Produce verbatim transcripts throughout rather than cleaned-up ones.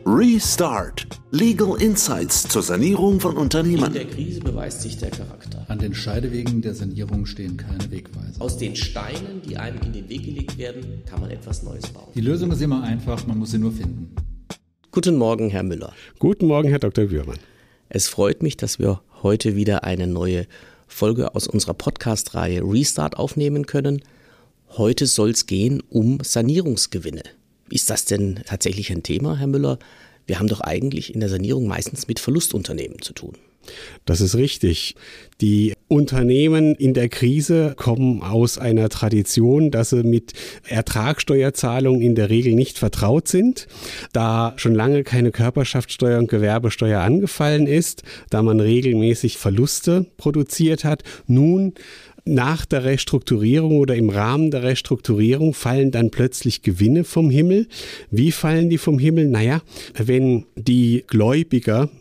Restart. Legal Insights zur Sanierung von Unternehmen. In der Krise beweist sich der Charakter. An den Scheidewegen der Sanierung stehen keine Wegweiser. Aus den Steinen, die einem in den Weg gelegt werden, kann man etwas Neues bauen. Die Lösung ist immer einfach, man muss sie nur finden. Guten Morgen, Herr Müller. Guten Morgen, Herr Doktor Bührmann. Es freut mich, dass wir heute wieder eine neue Folge aus unserer Podcast-Reihe Restart aufnehmen können. Heute soll es gehen um Sanierungsgewinne. Ist das denn tatsächlich ein Thema, Herr Müller? Wir haben doch eigentlich in der Sanierung meistens mit Verlustunternehmen zu tun. Das ist richtig. Die Unternehmen in der Krise kommen aus einer Tradition, dass sie mit Ertragssteuerzahlungen in der Regel nicht vertraut sind, da schon lange keine Körperschaftssteuer und Gewerbesteuer angefallen ist, da man regelmäßig Verluste produziert hat. Nun nach der Restrukturierung oder im Rahmen der Restrukturierung fallen dann plötzlich Gewinne vom Himmel. Wie fallen die vom Himmel? Naja, wenn die Gläubiger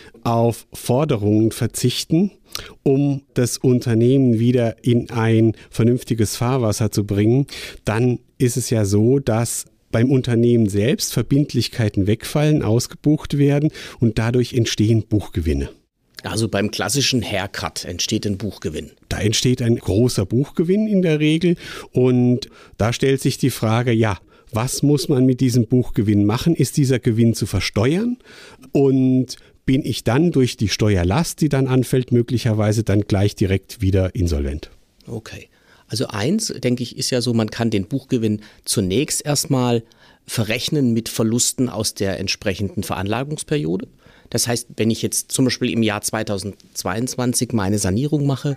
auf Forderungen verzichten, um das Unternehmen wieder in ein vernünftiges Fahrwasser zu bringen, dann ist es ja so, dass beim Unternehmen selbst Verbindlichkeiten wegfallen, ausgebucht werden und dadurch entstehen Buchgewinne. Also beim klassischen Haircut entsteht ein Buchgewinn. Da entsteht ein großer Buchgewinn in der Regel und da stellt sich die Frage, ja, was muss man mit diesem Buchgewinn machen? Ist dieser Gewinn zu versteuern? Und bin ich dann durch die Steuerlast, die dann anfällt, möglicherweise dann gleich direkt wieder insolvent? Okay. Also eins, denke ich, ist ja so, man kann den Buchgewinn zunächst erstmal verrechnen mit Verlusten aus der entsprechenden Veranlagungsperiode. Das heißt, wenn ich jetzt zum Beispiel im Jahr zweitausendzweiundzwanzig meine Sanierung mache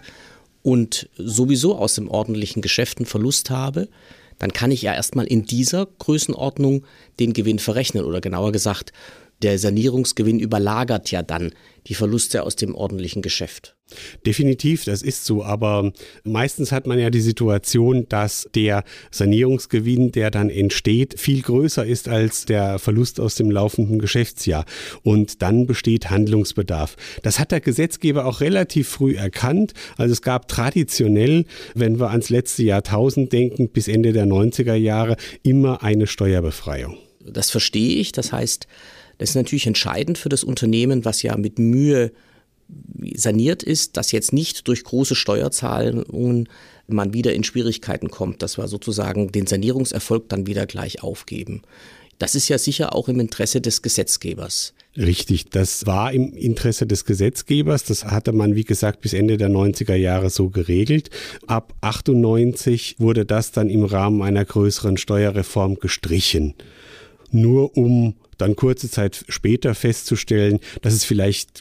und sowieso aus dem ordentlichen Geschäft einen Verlust habe, dann kann ich ja erstmal in dieser Größenordnung den Gewinn verrechnen. Oder genauer gesagt, der Sanierungsgewinn überlagert ja dann die Verluste aus dem ordentlichen Geschäft. Definitiv, das ist so, aber meistens hat man ja die Situation, dass der Sanierungsgewinn, der dann entsteht, viel größer ist als der Verlust aus dem laufenden Geschäftsjahr und dann besteht Handlungsbedarf. Das hat der Gesetzgeber auch relativ früh erkannt, also es gab traditionell, wenn wir ans letzte Jahrtausend denken, bis Ende der neunziger Jahre immer eine Steuerbefreiung. Das verstehe ich, das heißt, das ist natürlich entscheidend für das Unternehmen, was ja mit Mühe saniert ist, dass jetzt nicht durch große Steuerzahlungen man wieder in Schwierigkeiten kommt, dass wir sozusagen den Sanierungserfolg dann wieder gleich aufgeben. Das ist ja sicher auch im Interesse des Gesetzgebers. Richtig, das war im Interesse des Gesetzgebers. Das hatte man, wie gesagt, bis Ende der neunziger Jahre so geregelt. Ab achtundneunzig wurde das dann im Rahmen einer größeren Steuerreform gestrichen. Nur um dann kurze Zeit später festzustellen, dass es vielleicht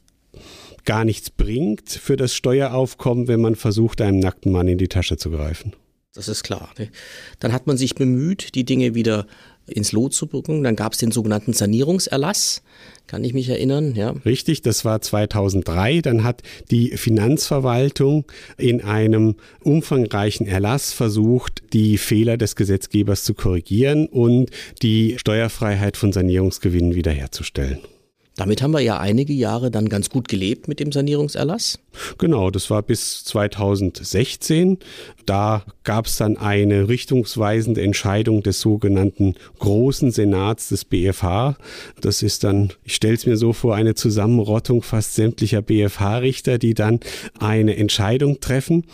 gar nichts bringt für das Steueraufkommen, wenn man versucht, einem nackten Mann in die Tasche zu greifen. Das ist klar. Dann hat man sich bemüht, die Dinge wieder ins Lot zu bringen. Dann gab es den sogenannten Sanierungserlass, kann ich mich erinnern. Ja. Richtig, das war zweitausenddrei. Dann hat die Finanzverwaltung in einem umfangreichen Erlass versucht, die Fehler des Gesetzgebers zu korrigieren und die Steuerfreiheit von Sanierungsgewinnen wiederherzustellen. Damit haben wir ja einige Jahre dann ganz gut gelebt mit dem Sanierungserlass. Genau, das war bis zweitausendsechzehn. Da gab es dann eine richtungsweisende Entscheidung des sogenannten Großen Senats des B F H. Das ist dann, ich stelle es mir so vor, eine Zusammenrottung fast sämtlicher B F H-Richter, die dann eine Entscheidung treffen.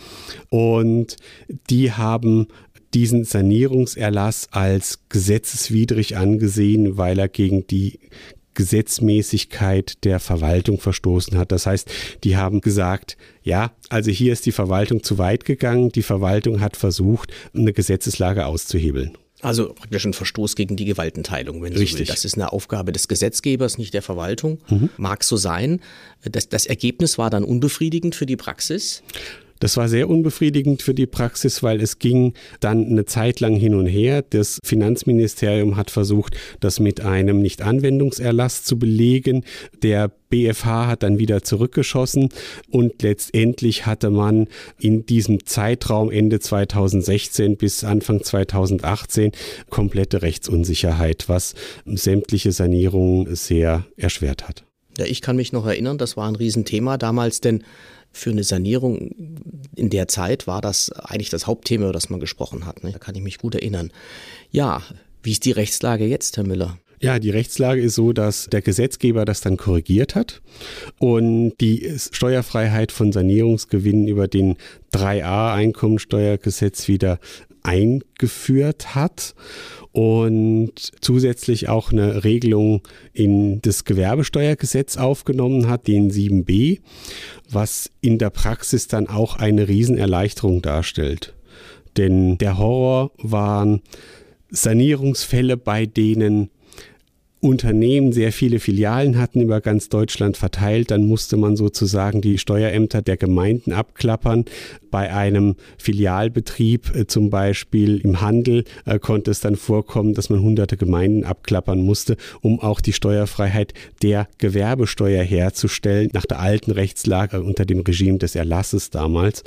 Und die haben diesen Sanierungserlass als gesetzeswidrig angesehen, weil er gegen die Gesetzmäßigkeit der Verwaltung verstoßen hat. Das heißt, die haben gesagt, ja, also hier ist die Verwaltung zu weit gegangen. Die Verwaltung hat versucht, eine Gesetzeslage auszuhebeln. Also praktisch ein Verstoß gegen die Gewaltenteilung, wenn Richtig. So will. Das ist eine Aufgabe des Gesetzgebers, nicht der Verwaltung. Mhm. Mag so sein. Das, das Ergebnis war dann unbefriedigend für die Praxis. Das war sehr unbefriedigend für die Praxis, weil es ging dann eine Zeit lang hin und her. Das Finanzministerium hat versucht, das mit einem Nichtanwendungserlass zu belegen. Der B F H hat dann wieder zurückgeschossen und letztendlich hatte man in diesem Zeitraum Ende zweitausendsechzehn bis Anfang zweitausendachtzehn komplette Rechtsunsicherheit, was sämtliche Sanierungen sehr erschwert hat. Ja, ich kann mich noch erinnern, das war ein Riesenthema damals, denn für eine Sanierung in der Zeit war das eigentlich das Hauptthema, über das man gesprochen hat. Ne? Da kann ich mich gut erinnern. Ja, wie ist die Rechtslage jetzt, Herr Müller? Ja, die Rechtslage ist so, dass der Gesetzgeber das dann korrigiert hat und die Steuerfreiheit von Sanierungsgewinnen über den drei a Einkommensteuergesetz wieder eingeführt hat und zusätzlich auch eine Regelung in das Gewerbesteuergesetz aufgenommen hat, den sieben b, was in der Praxis dann auch eine Riesenerleichterung darstellt. Denn der Horror waren Sanierungsfälle, bei denen Unternehmen sehr viele Filialen hatten, über ganz Deutschland verteilt. Dann musste man sozusagen die Steuerämter der Gemeinden abklappern. Bei einem Filialbetrieb, äh, zum Beispiel im Handel, äh, konnte es dann vorkommen, dass man hunderte Gemeinden abklappern musste, um auch die Steuerfreiheit der Gewerbesteuer herzustellen, nach der alten Rechtslage unter dem Regime des Erlasses damals.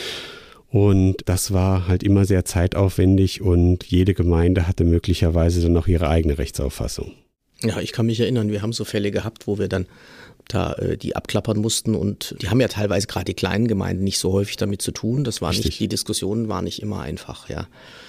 Und das war halt immer sehr zeitaufwendig und jede Gemeinde hatte möglicherweise dann noch ihre eigene Rechtsauffassung. Ja, ich kann mich erinnern, wir haben so Fälle gehabt, wo wir dann da äh, die abklappern mussten und die haben ja teilweise gerade die kleinen Gemeinden nicht so häufig damit zu tun. Das war nicht, die Diskussionen waren nicht immer einfach, ja.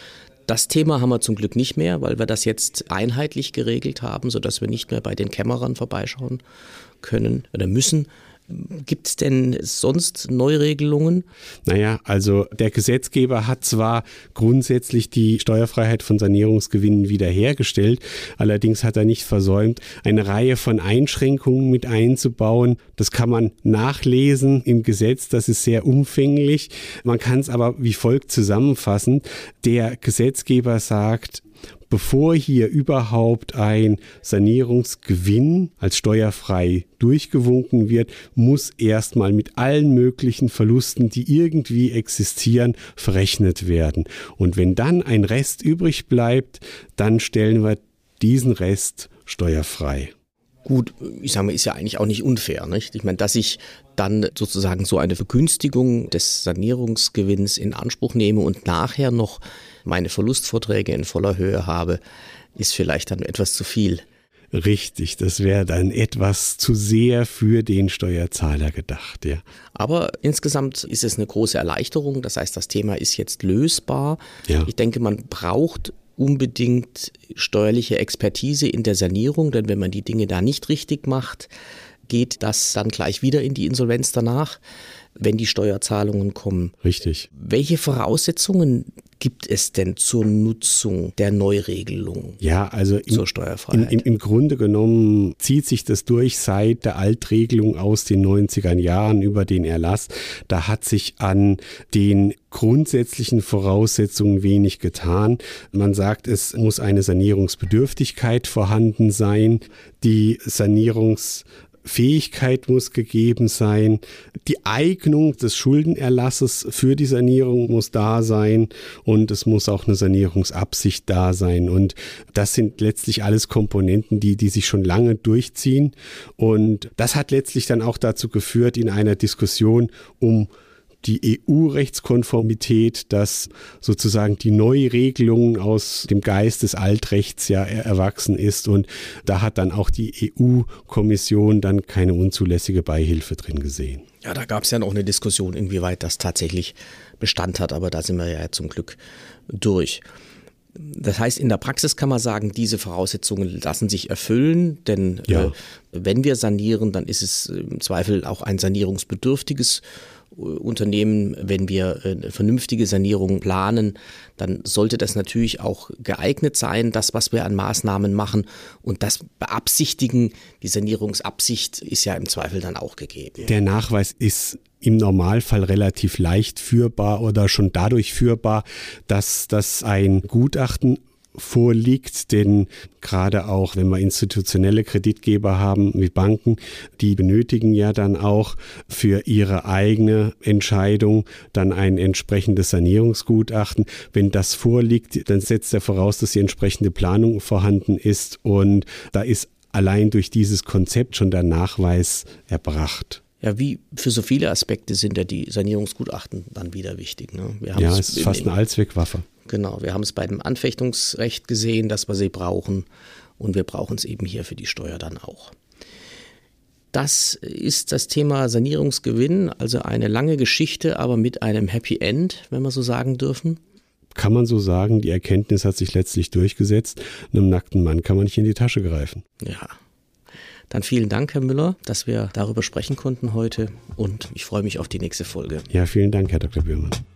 Das Thema haben wir zum Glück nicht mehr, weil wir das jetzt einheitlich geregelt haben, sodass wir nicht mehr bei den Kämmerern vorbeischauen können oder müssen. Gibt es denn sonst Neuregelungen? Naja, also der Gesetzgeber hat zwar grundsätzlich die Steuerfreiheit von Sanierungsgewinnen wiederhergestellt, allerdings hat er nicht versäumt, eine Reihe von Einschränkungen mit einzubauen. Das kann man nachlesen im Gesetz, das ist sehr umfänglich. Man kann es aber wie folgt zusammenfassen. Der Gesetzgeber sagt, bevor hier überhaupt ein Sanierungsgewinn als steuerfrei durchgewunken wird, muss erstmal mit allen möglichen Verlusten, die irgendwie existieren, verrechnet werden. Und wenn dann ein Rest übrig bleibt, dann stellen wir diesen Rest steuerfrei. Gut, ich sage mal, ist ja eigentlich auch nicht unfair, nicht? Ich meine, dass ich dann sozusagen so eine Vergünstigung des Sanierungsgewinns in Anspruch nehme und nachher noch meine Verlustvorträge in voller Höhe habe, ist vielleicht dann etwas zu viel. Richtig, das wäre dann etwas zu sehr für den Steuerzahler gedacht, ja. Aber insgesamt ist es eine große Erleichterung, das heißt, das Thema ist jetzt lösbar. Ja. Ich denke, man braucht unbedingt steuerliche Expertise in der Sanierung, denn wenn man die Dinge da nicht richtig macht, geht das dann gleich wieder in die Insolvenz danach, wenn die Steuerzahlungen kommen. Richtig. Welche Voraussetzungen gibt es denn zur Nutzung der Neuregelung ja, also im, zur Steuerfreiheit? In, im, Im Grunde genommen zieht sich das durch seit der Altregelung aus den neunziger Jahren über den Erlass. Da hat sich an den grundsätzlichen Voraussetzungen wenig getan. Man sagt, es muss eine Sanierungsbedürftigkeit vorhanden sein. Die Sanierungs Fähigkeit muss gegeben sein, die Eignung des Schuldenerlasses für die Sanierung muss da sein und es muss auch eine Sanierungsabsicht da sein. Und das sind letztlich alles Komponenten, die, die sich schon lange durchziehen. Und das hat letztlich dann auch dazu geführt in einer Diskussion um die E U-Rechtskonformität, dass sozusagen die Neuregelung aus dem Geist des Altrechts ja erwachsen ist und da hat dann auch die E U-Kommission dann keine unzulässige Beihilfe drin gesehen. Ja, da gab es ja noch eine Diskussion, inwieweit das tatsächlich Bestand hat, aber da sind wir ja zum Glück durch. Das heißt, in der Praxis kann man sagen, diese Voraussetzungen lassen sich erfüllen, denn ja. äh, wenn wir sanieren, dann ist es im Zweifel auch ein sanierungsbedürftiges Unternehmen. Wenn wir eine vernünftige Sanierung planen, dann sollte das natürlich auch geeignet sein, das, was wir an Maßnahmen machen und das Beabsichtigen, die Sanierungsabsicht ist ja im Zweifel dann auch gegeben. Der Nachweis ist im Normalfall relativ leicht führbar oder schon dadurch führbar, dass das ein Gutachten vorliegt, denn gerade auch, wenn wir institutionelle Kreditgeber haben wie Banken, die benötigen ja dann auch für ihre eigene Entscheidung dann ein entsprechendes Sanierungsgutachten. Wenn das vorliegt, dann setzt er voraus, dass die entsprechende Planung vorhanden ist und da ist allein durch dieses Konzept schon der Nachweis erbracht. Ja, wie für so viele Aspekte sind ja die Sanierungsgutachten dann wieder wichtig. Ne? Wir ja, es ist fast eine Allzweckwaffe. Genau, wir haben es bei dem Anfechtungsrecht gesehen, dass wir sie brauchen und wir brauchen es eben hier für die Steuer dann auch. Das ist das Thema Sanierungsgewinn, also eine lange Geschichte, aber mit einem Happy End, wenn wir so sagen dürfen. kann man so sagen, die Erkenntnis hat sich letztlich durchgesetzt. Einem nackten Mann kann man nicht in die Tasche greifen. Ja. Dann vielen Dank, Herr Müller, dass wir darüber sprechen konnten heute und ich freue mich auf die nächste Folge. Ja, vielen Dank, Herr Doktor Bührmann.